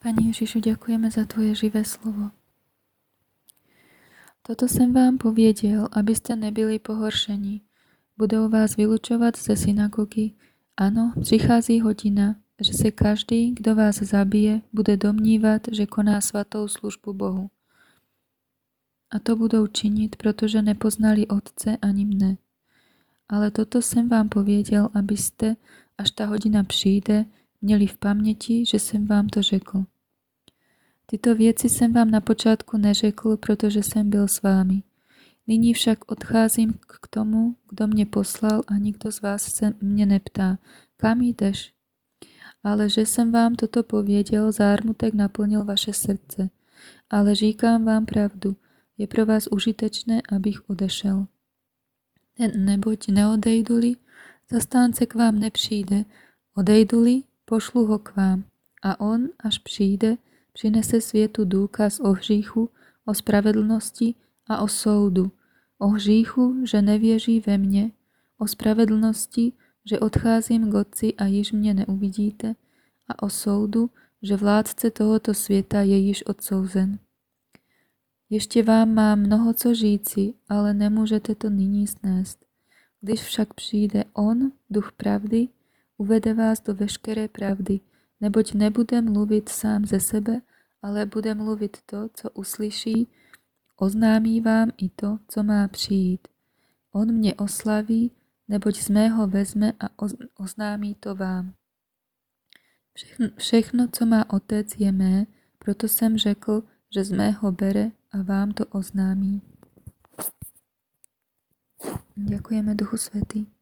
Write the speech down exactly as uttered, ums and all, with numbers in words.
Pani Ježišu, ďakujeme za Tvoje živé slovo. Toto jsem vám pověděl, abyste nebyli pohoršení. Budou vás vylučovat ze synagogy. Ano, přichází hodina, že se každý, kdo vás zabije, bude domnívat, že koná svatou službu Bohu. A to budou činit, protože nepoznali Otce ani mne. Ale toto jsem vám pověděl, abyste, až ta hodina přijde, měli v paměti, že jsem vám to řekl. Tyto věci jsem vám na počátku neřekl, protože jsem byl s vámi. Nyní však odcházím k tomu, kdo mě poslal a nikdo z vás se mě neptá, kam jdeš? Ale že jsem vám toto pověděl, zármutek naplnil vaše srdce. Ale říkám vám pravdu, je pro vás užitečné, abych odešel. Neboť neodejdu-li, zastánce k vám nepřijde, odejdu-li, pošlu ho k vám. A on, až přijde, přinese světu důkaz o hříchu, o spravedlnosti a o soudu. O hříchu, že nevěří ve mě, o spravedlnosti, že odcházím k Otci a již mě neuvidíte, a o soudu, že vládce tohoto světa je již odsouzen. Ještě vám mám mnoho co říci, ale nemůžete to nyní snést. Když však přijde On, Duch pravdy, uvede vás do veškeré pravdy, neboť nebude mluvit sám ze sebe, ale bude mluvit to, co uslyší, oznámí vám i to, co má přijít. On mě oslaví, neboť z mého vezme a oznámí to vám. Všechno, všechno, co má Otec, je mé, proto jsem řekl, že z mého bere a vám to oznámí. Děkujeme, Duchu Svätý.